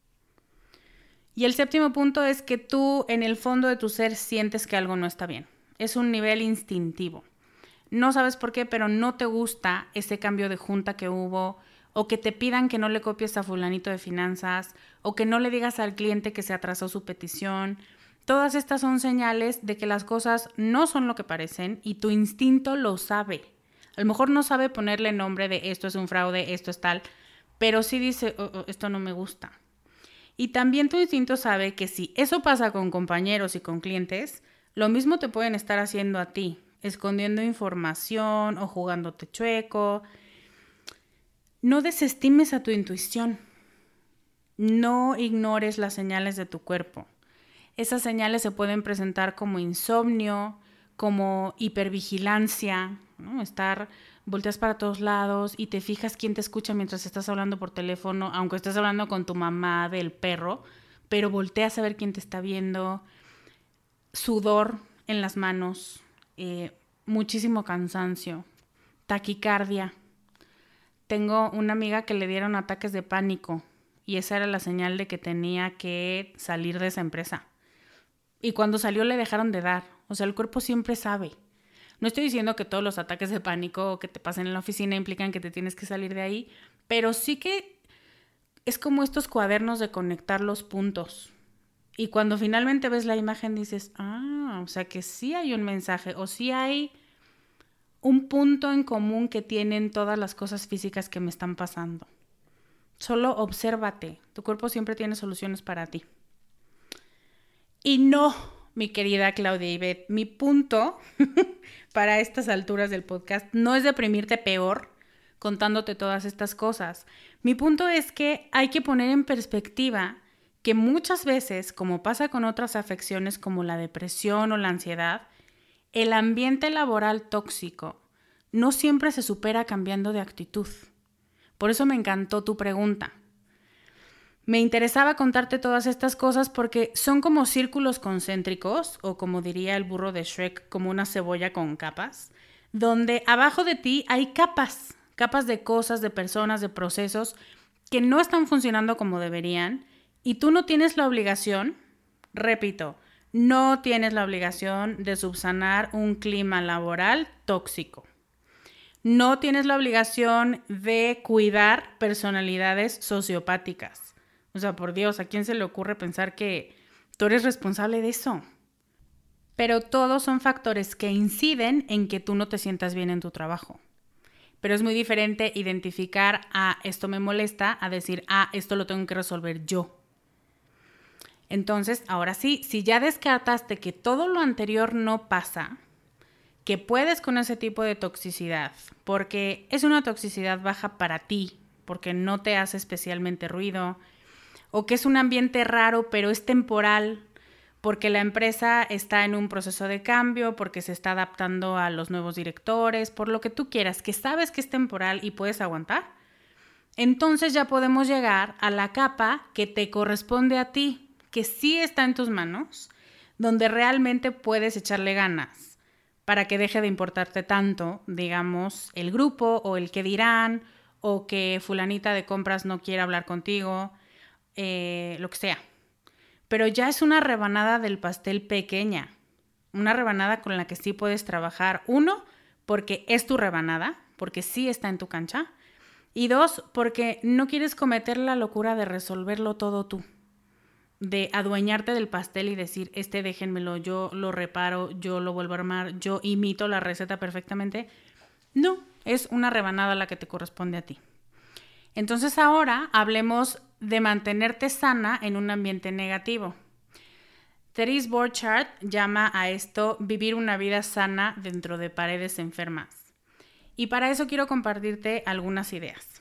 Y el 7º punto es que tú en el fondo de tu ser sientes que algo no está bien. Es un nivel instintivo. No sabes por qué, pero no te gusta ese cambio de junta que hubo, o que te pidan que no le copies a fulanito de finanzas, o que no le digas al cliente que se atrasó su petición. Todas estas son señales de que las cosas no son lo que parecen y tu instinto lo sabe. A lo mejor no sabe ponerle nombre de esto es un fraude, esto es tal, pero sí dice, esto no me gusta. Y también tu instinto sabe que si eso pasa con compañeros y con clientes, lo mismo te pueden estar haciendo a ti, escondiendo información o jugándote chueco. No desestimes a tu intuición. No ignores las señales de tu cuerpo. Esas señales se pueden presentar como insomnio, como hipervigilancia, ¿no? Volteas para todos lados y te fijas quién te escucha mientras estás hablando por teléfono, aunque estés hablando con tu mamá del perro, pero volteas a ver quién te está viendo. Sudor en las manos, muchísimo cansancio, taquicardia. Tengo una amiga que le dieron ataques de pánico y esa era la señal de que tenía que salir de esa empresa. Y cuando salió le dejaron de dar. O sea, el cuerpo siempre sabe. No estoy diciendo que todos los ataques de pánico que te pasen en la oficina implican que te tienes que salir de ahí, pero sí que es como estos cuadernos de conectar los puntos. Y cuando finalmente ves la imagen dices, o sea que sí hay un mensaje o sí hay un punto en común que tienen todas las cosas físicas que me están pasando. Solo obsérvate. Tu cuerpo siempre tiene soluciones para ti. Y no, mi querida Claudia Ivette, mi punto para estas alturas del podcast no es deprimirte peor contándote todas estas cosas. Mi punto es que hay que poner en perspectiva que muchas veces, como pasa con otras afecciones como la depresión o la ansiedad, el ambiente laboral tóxico no siempre se supera cambiando de actitud. Por eso me encantó tu pregunta. Me interesaba contarte todas estas cosas porque son como círculos concéntricos, o como diría el burro de Shrek, como una cebolla con capas, donde abajo de ti hay capas de cosas, de personas, de procesos que no están funcionando como deberían y tú no tienes la obligación, repito, no tienes la obligación de subsanar un clima laboral tóxico. No tienes la obligación de cuidar personalidades sociopáticas. O sea, por Dios, ¿a quién se le ocurre pensar que tú eres responsable de eso? Pero todos son factores que inciden en que tú no te sientas bien en tu trabajo. Pero es muy diferente identificar, esto me molesta, a decir, esto lo tengo que resolver yo. Entonces, ahora sí, si ya descartaste que todo lo anterior no pasa, que puedes con ese tipo de toxicidad, porque es una toxicidad baja para ti, porque no te hace especialmente ruido, o que es un ambiente raro, pero es temporal, porque la empresa está en un proceso de cambio, porque se está adaptando a los nuevos directores, por lo que tú quieras, que sabes que es temporal y puedes aguantar, entonces ya podemos llegar a la capa que te corresponde a ti, que sí está en tus manos, donde realmente puedes echarle ganas para que deje de importarte tanto, digamos, el grupo o el que dirán, o que fulanita de compras no quiere hablar contigo, lo que sea. Pero ya es una rebanada del pastel pequeña, una rebanada con la que sí puedes trabajar. 1, porque es tu rebanada, porque sí está en tu cancha. Y 2, porque no quieres cometer la locura de resolverlo todo tú, de adueñarte del pastel y decir, déjenmelo, yo lo reparo, yo lo vuelvo a armar, yo imito la receta perfectamente. No, es una rebanada la que te corresponde a ti. Entonces ahora hablemos de mantenerte sana en un ambiente negativo. Therese Borchardt llama a esto vivir una vida sana dentro de paredes enfermas. Y para eso quiero compartirte algunas ideas.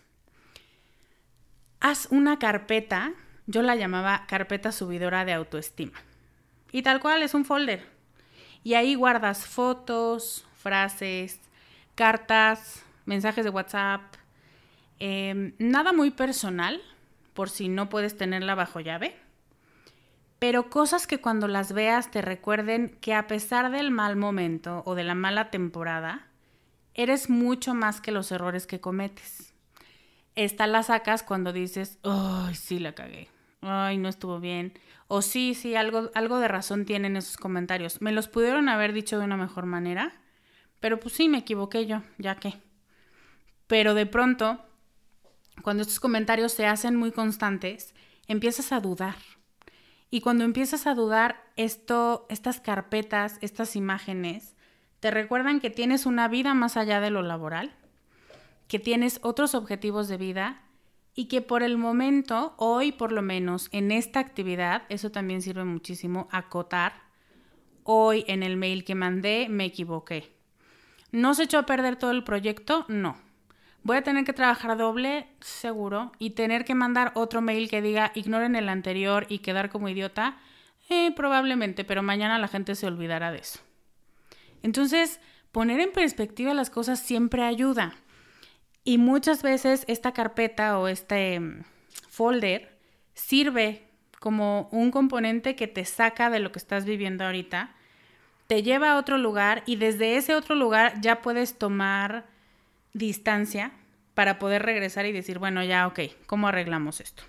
Haz una carpeta, yo la llamaba carpeta subidora de autoestima. Y tal cual es un folder. Y ahí guardas fotos, frases, cartas, mensajes de WhatsApp. Nada muy personal, por si no puedes tenerla bajo llave, pero cosas que cuando las veas te recuerden que a pesar del mal momento o de la mala temporada, eres mucho más que los errores que cometes. Esta la sacas cuando dices, ¡ay, sí la cagué! ¡Ay, no estuvo bien! O sí, algo de razón tienen esos comentarios. Me los pudieron haber dicho de una mejor manera, pero pues sí, me equivoqué yo, ya que. Pero de pronto, cuando estos comentarios se hacen muy constantes, empiezas a dudar. Y cuando empiezas a dudar, estas carpetas, estas imágenes, te recuerdan que tienes una vida más allá de lo laboral, que tienes otros objetivos de vida y que por el momento, hoy por lo menos en esta actividad, eso también sirve muchísimo, acotar. Hoy en el mail que mandé me equivoqué. ¿No se echó a perder todo el proyecto? No. ¿Voy a tener que trabajar doble? Seguro. ¿Y tener que mandar otro mail que diga ignoren el anterior y quedar como idiota? Probablemente, pero mañana la gente se olvidará de eso. Entonces, poner en perspectiva las cosas siempre ayuda. Y muchas veces esta carpeta o este folder sirve como un componente que te saca de lo que estás viviendo ahorita, te lleva a otro lugar y desde ese otro lugar ya puedes tomar distancia para poder regresar y decir, bueno, ya, ok, ¿cómo arreglamos esto?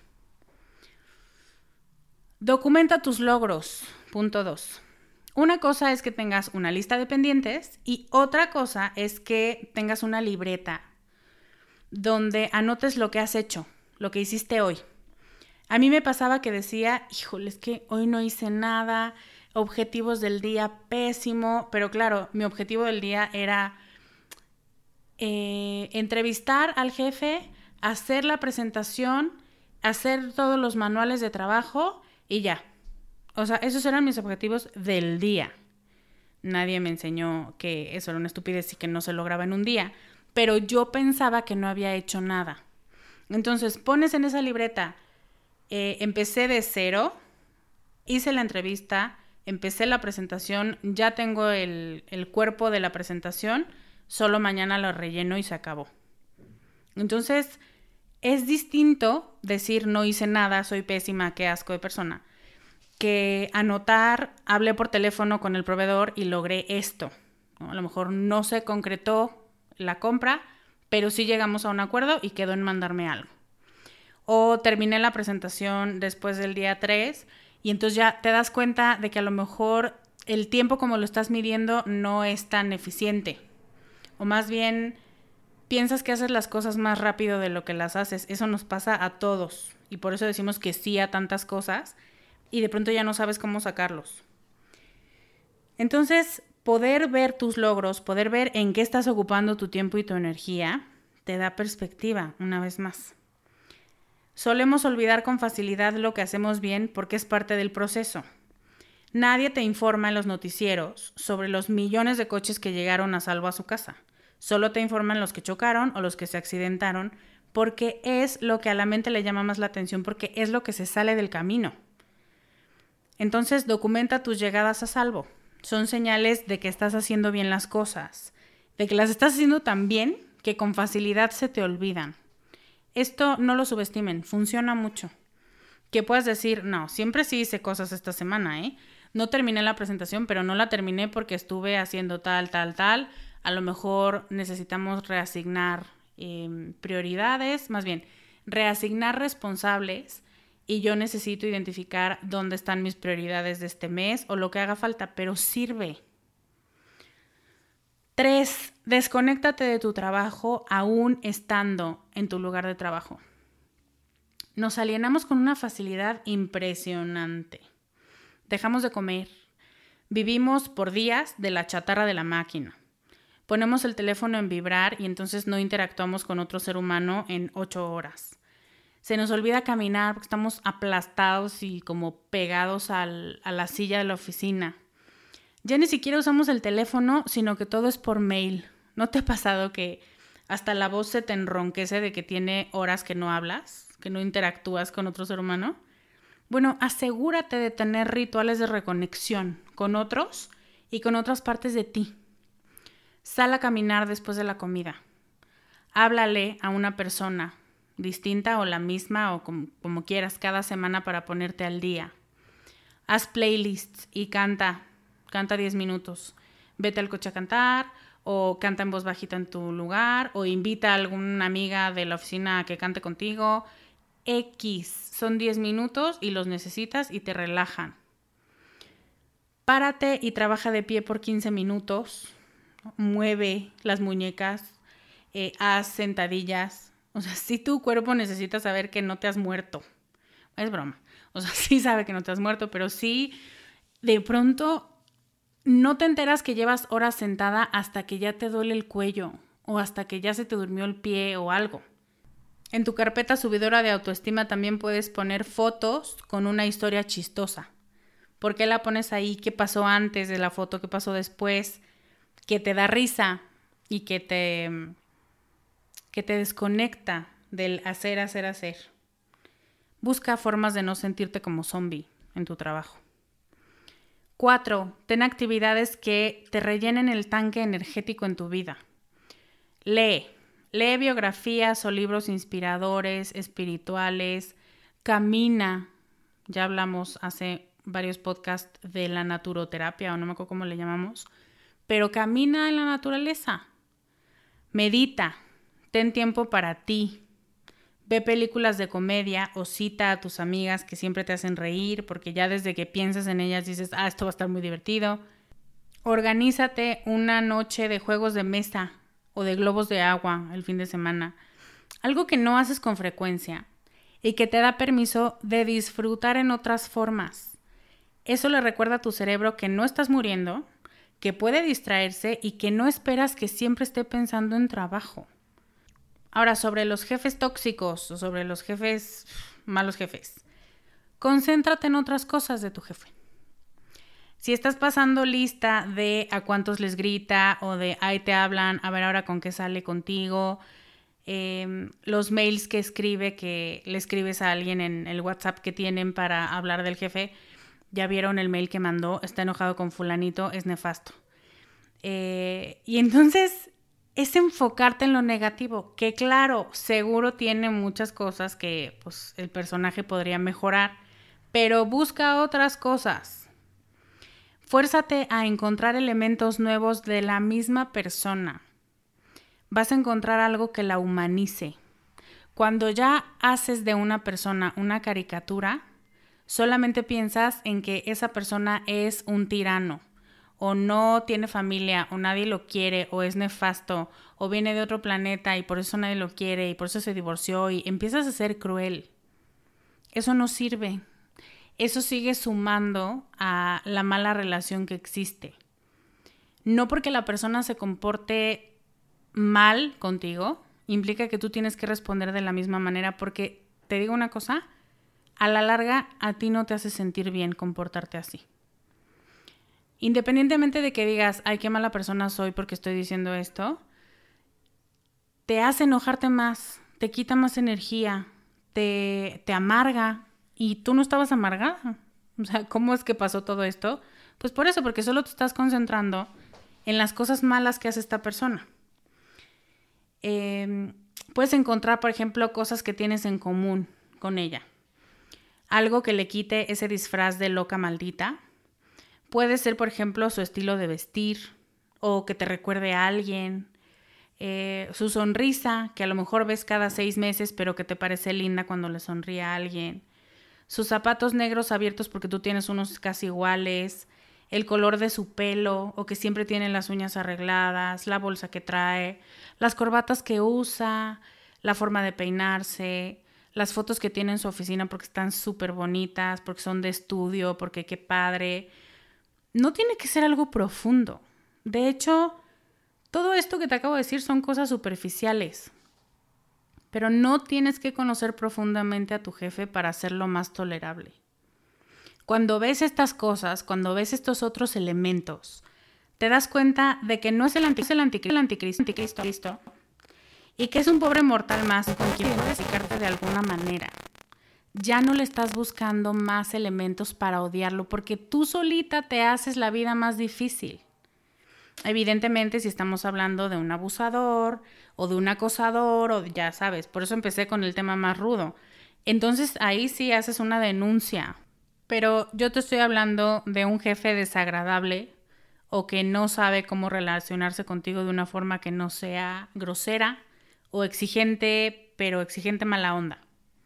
Documenta tus logros. Punto 2. Una cosa es que tengas una lista de pendientes y otra cosa es que tengas una libreta donde anotes lo que has hecho, lo que hiciste hoy. A mí me pasaba que decía, híjole, es que hoy no hice nada, objetivos del día pésimo, pero claro, mi objetivo del día era entrevistar al jefe, hacer la presentación, hacer todos los manuales de trabajo y ya. O sea, esos eran mis objetivos del día. Nadie me enseñó que eso era una estupidez y que no se lograba en un día, pero yo pensaba que no había hecho nada. Entonces, pones en esa libreta, empecé de cero, hice la entrevista, empecé la presentación, ya tengo el cuerpo de la presentación, solo mañana lo relleno y se acabó. Entonces, es distinto decir no hice nada, soy pésima, qué asco de persona, que anotar, hablé por teléfono con el proveedor y logré esto, ¿no? A lo mejor no se concretó la compra, pero sí llegamos a un acuerdo y quedó en mandarme algo. O terminé la presentación después del día 3 y entonces ya te das cuenta de que a lo mejor el tiempo como lo estás midiendo no es tan eficiente. O más bien piensas que haces las cosas más rápido de lo que las haces. Eso nos pasa a todos y por eso decimos que sí a tantas cosas y de pronto ya no sabes cómo sacarlos. Entonces, poder ver tus logros, poder ver en qué estás ocupando tu tiempo y tu energía, te da perspectiva, una vez más. Solemos olvidar con facilidad lo que hacemos bien porque es parte del proceso. Nadie te informa en los noticieros sobre los millones de coches que llegaron a salvo a su casa. Solo te informan los que chocaron o los que se accidentaron porque es lo que a la mente le llama más la atención, porque es lo que se sale del camino. Entonces, documenta tus llegadas a salvo. Son señales de que estás haciendo bien las cosas, de que las estás haciendo tan bien que con facilidad se te olvidan. Esto no lo subestimen, funciona mucho. Que puedas decir, no, siempre sí hice cosas esta semana, No terminé la presentación, pero no la terminé porque estuve haciendo tal. A lo mejor necesitamos reasignar prioridades, más bien, reasignar responsables y yo necesito identificar dónde están mis prioridades de este mes o lo que haga falta, pero sirve. 3. Desconéctate de tu trabajo aún estando en tu lugar de trabajo. Nos alienamos con una facilidad impresionante. Dejamos de comer. Vivimos por días de la chatarra de la máquina. Ponemos el teléfono en vibrar y entonces no interactuamos con otro ser humano en 8 horas. Se nos olvida caminar porque estamos aplastados y como pegados a la silla de la oficina. Ya ni siquiera usamos el teléfono, sino que todo es por mail. ¿No te ha pasado que hasta la voz se te enronquece de que tiene horas que no hablas, que no interactúas con otro ser humano? Bueno, asegúrate de tener rituales de reconexión con otros y con otras partes de ti. Sal a caminar después de la comida. Háblale a una persona distinta o la misma o como quieras cada semana para ponerte al día. Haz playlists y canta 10 minutos. Vete al coche a cantar o canta en voz bajita en tu lugar o invita a alguna amiga de la oficina a que cante contigo. Son 10 minutos y los necesitas y te relajan. Párate y trabaja de pie por 15 minutos. Mueve las muñecas, haz sentadillas. O sea, si tu cuerpo necesita saber que no te has muerto. Es broma. O sea, sí sabe que no te has muerto, pero sí, de pronto no te enteras que llevas horas sentada hasta que ya te duele el cuello o hasta que ya se te durmió el pie o algo. En tu carpeta subidora de autoestima también puedes poner fotos con una historia chistosa. ¿Por qué la pones ahí? ¿Qué pasó antes de la foto? ¿Qué pasó después? Que te da risa y que te desconecta del hacer. Busca formas de no sentirte como zombie en tu trabajo. 4. Ten actividades que te rellenen el tanque energético en tu vida. Lee biografías o libros inspiradores, espirituales. Camina. Ya hablamos hace varios podcasts de la naturoterapia, o no me acuerdo cómo le llamamos. Pero camina en la naturaleza. Medita. Ten tiempo para ti. Ve películas de comedia o cita a tus amigas que siempre te hacen reír, porque ya desde que piensas en ellas dices, esto va a estar muy divertido. Organízate una noche de juegos de mesa o de globos de agua el fin de semana. Algo que no haces con frecuencia y que te da permiso de disfrutar en otras formas. Eso le recuerda a tu cerebro que no estás muriendo, que puede distraerse y que no esperas que siempre esté pensando en trabajo. Ahora, sobre los jefes tóxicos o sobre los malos jefes, concéntrate en otras cosas de tu jefe. Si estás pasando lista de a cuántos les grita o de ahí te hablan, a ver ahora con qué sale contigo, los mails que le escribes a alguien en el WhatsApp que tienen para hablar del jefe, ya vieron el mail que mandó, está enojado con fulanito, es nefasto. Y entonces es enfocarte en lo negativo, que claro, seguro tiene muchas cosas que pues, el personaje podría mejorar, pero busca otras cosas. Fuérzate a encontrar elementos nuevos de la misma persona. Vas a encontrar algo que la humanice. Cuando ya haces de una persona una caricatura, solamente piensas en que esa persona es un tirano, o no tiene familia, o nadie lo quiere, o es nefasto, o viene de otro planeta y por eso nadie lo quiere y por eso se divorció y empiezas a ser cruel. Eso no sirve. Eso sigue sumando a la mala relación que existe. No porque la persona se comporte mal contigo, implica que tú tienes que responder de la misma manera, porque te digo una cosa, a la larga a ti no te hace sentir bien comportarte así. Independientemente de que digas, ay, qué mala persona soy porque estoy diciendo esto, te hace enojarte más, te quita más energía, te amarga y tú no estabas amargada. O sea, ¿cómo es que pasó todo esto? Pues por eso, porque solo te estás concentrando en las cosas malas que hace esta persona. Puedes encontrar, por ejemplo, cosas que tienes en común con ella. Algo que le quite ese disfraz de loca maldita. Puede ser, por ejemplo, su estilo de vestir o que te recuerde a alguien. Su sonrisa, que a lo mejor ves cada 6 meses, pero que te parece linda cuando le sonríe a alguien. Sus zapatos negros abiertos porque tú tienes unos casi iguales. El color de su pelo o que siempre tiene las uñas arregladas. La bolsa que trae. Las corbatas que usa. La forma de peinarse. Las fotos que tiene en su oficina porque están súper bonitas, porque son de estudio, porque qué padre. No tiene que ser algo profundo. De hecho, todo esto que te acabo de decir son cosas superficiales. Pero no tienes que conocer profundamente a tu jefe para hacerlo más tolerable. Cuando ves estas cosas, cuando ves estos otros elementos, te das cuenta de que no es el anticristo, y que es un pobre mortal más con quien identificarte de alguna manera. Ya no le estás buscando más elementos para odiarlo porque tú solita te haces la vida más difícil. Evidentemente, si estamos hablando de un abusador o de un acosador, o ya sabes, por eso empecé con el tema más rudo. Entonces ahí sí haces una denuncia. Pero yo te estoy hablando de un jefe desagradable o que no sabe cómo relacionarse contigo de una forma que no sea grosera o exigente, pero exigente mala onda.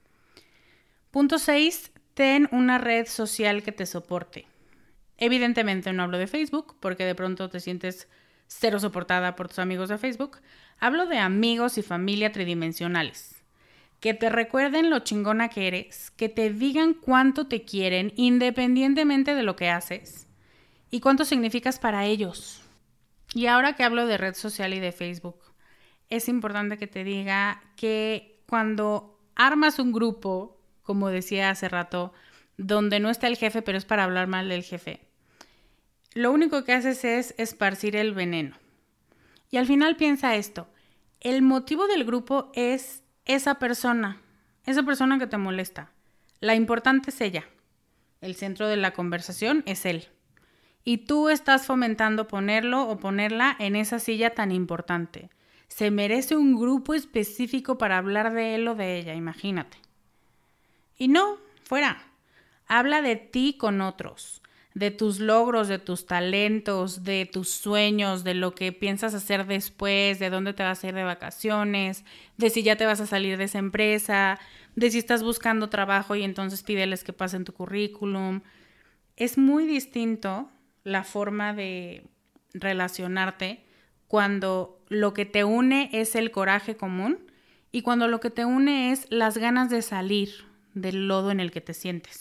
Punto 6. Ten una red social que te soporte. Evidentemente no hablo de Facebook porque de pronto te sientes cero soportada por tus amigos de Facebook. Hablo de amigos y familia tridimensionales. Que te recuerden lo chingona que eres, que te digan cuánto te quieren independientemente de lo que haces y cuánto significas para ellos. Y ahora que hablo de red social y de Facebook, es importante que te diga que cuando armas un grupo, como decía hace rato, donde no está el jefe, pero es para hablar mal del jefe, lo único que haces es esparcir el veneno. Y al final piensa esto, el motivo del grupo es esa persona que te molesta. La importante es ella. El centro de la conversación es él. Y tú estás fomentando ponerlo o ponerla en esa silla tan importante. Se merece un grupo específico para hablar de él o de ella, imagínate. Y no, fuera. Habla de ti con otros, de tus logros, de tus talentos, de tus sueños, de lo que piensas hacer después, de dónde te vas a ir de vacaciones, de si ya te vas a salir de esa empresa, de si estás buscando trabajo y entonces pídeles que pasen tu currículum. Es muy distinto la forma de relacionarte cuando lo que te une es el coraje común y cuando lo que te une es las ganas de salir del lodo en el que te sientes.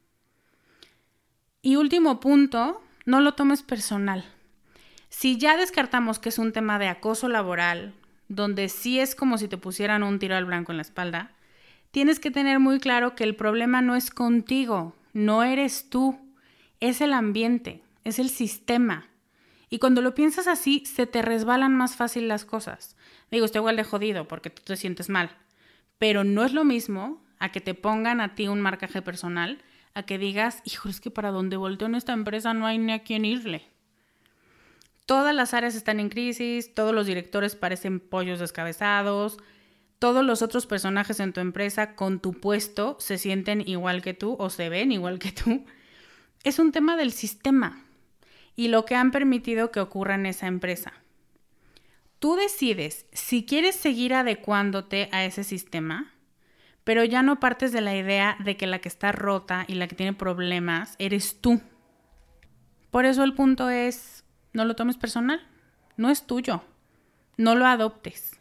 Y último punto, no lo tomes personal. Si ya descartamos que es un tema de acoso laboral, donde sí es como si te pusieran un tiro al blanco en la espalda, tienes que tener muy claro que el problema no es contigo, no eres tú, es el ambiente, es el sistema. Y cuando lo piensas así, se te resbalan más fácil las cosas. Digo, estoy igual de jodido porque tú te sientes mal, pero no es lo mismo a que te pongan a ti un marcaje personal, a que digas, hijo, es que para donde volteo en esta empresa no hay ni a quién irle. Todas las áreas están en crisis, todos los directores parecen pollos descabezados, todos los otros personajes en tu empresa con tu puesto se sienten igual que tú o se ven igual que tú. Es un tema del sistema y lo que han permitido que ocurra en esa empresa. Tú decides si quieres seguir adecuándote a ese sistema, pero ya no partes de la idea de que la que está rota y la que tiene problemas eres tú. Por eso el punto es, no lo tomes personal, no es tuyo, no lo adoptes.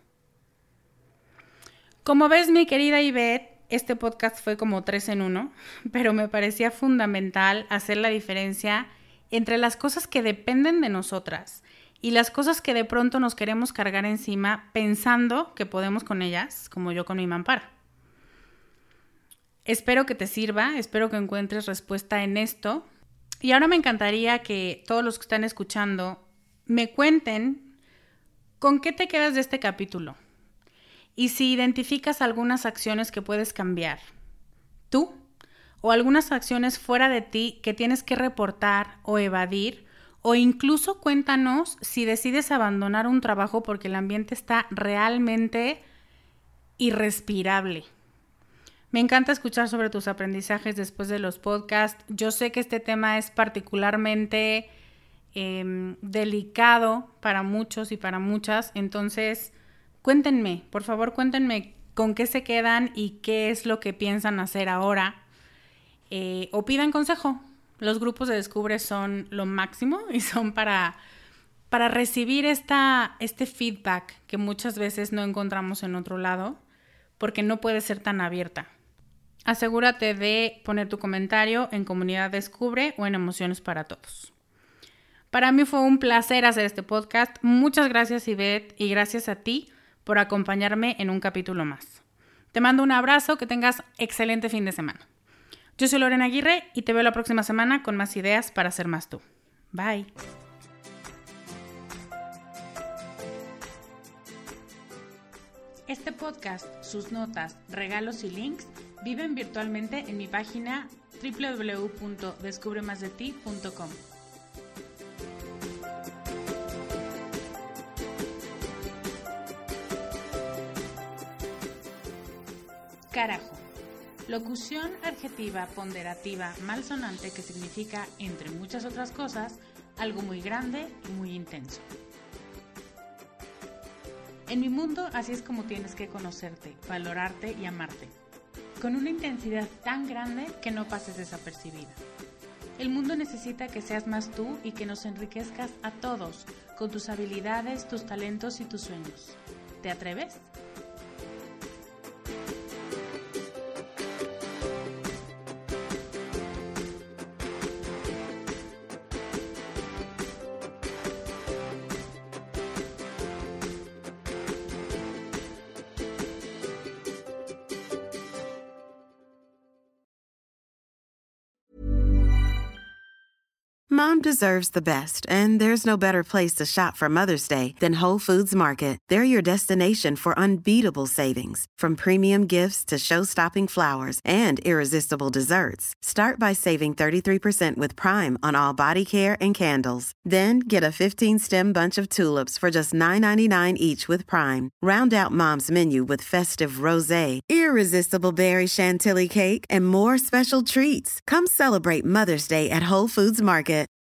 Como ves, mi querida Ivette, este podcast fue como 3 en 1, pero me parecía fundamental hacer la diferencia entre las cosas que dependen de nosotras y las cosas que de pronto nos queremos cargar encima pensando que podemos con ellas, como yo con mi mampara. Espero que te sirva, espero que encuentres respuesta en esto. Y ahora me encantaría que todos los que están escuchando me cuenten con qué te quedas de este capítulo. Y si identificas algunas acciones que puedes cambiar, tú, o algunas acciones fuera de ti que tienes que reportar o evadir, o incluso cuéntanos si decides abandonar un trabajo porque el ambiente está realmente irrespirable. Me encanta escuchar sobre tus aprendizajes después de los podcasts. Yo sé que este tema es particularmente delicado para muchos y para muchas, entonces cuéntenme, por favor cuéntenme con qué se quedan y qué es lo que piensan hacer ahora. O pidan consejo. Los grupos de Descubre son lo máximo y son para recibir este feedback que muchas veces no encontramos en otro lado porque no puede ser tan abierta. Asegúrate de poner tu comentario en Comunidad Descubre o en Emociones para Todos. Para mí fue un placer hacer este podcast. Muchas gracias, Ivette, y gracias a ti por acompañarme en un capítulo más. Te mando un abrazo, que tengas excelente fin de semana. Yo soy Lorena Aguirre y te veo la próxima semana con más ideas para ser más tú. Bye. Este podcast, sus notas, regalos y links viven virtualmente en mi página www.descubremasdeti.com. Carajo. Locución adjetiva ponderativa malsonante que significa, entre muchas otras cosas, algo muy grande y muy intenso. En mi mundo, así es como tienes que conocerte, valorarte y amarte, con una intensidad tan grande que no pases desapercibida. El mundo necesita que seas más tú y que nos enriquezcas a todos con tus habilidades, tus talentos y tus sueños. ¿Te atreves? Mom deserves the best, and there's no better place to shop for Mother's Day than Whole Foods Market. They're your destination for unbeatable savings, from premium gifts to show-stopping flowers and irresistible desserts. Start by saving 33% with Prime on all body care and candles. Then get a 15-stem bunch of tulips for just $9.99 each with Prime. Round out Mom's menu with festive rosé, irresistible berry chantilly cake, and more special treats. Come celebrate Mother's Day at Whole Foods Market.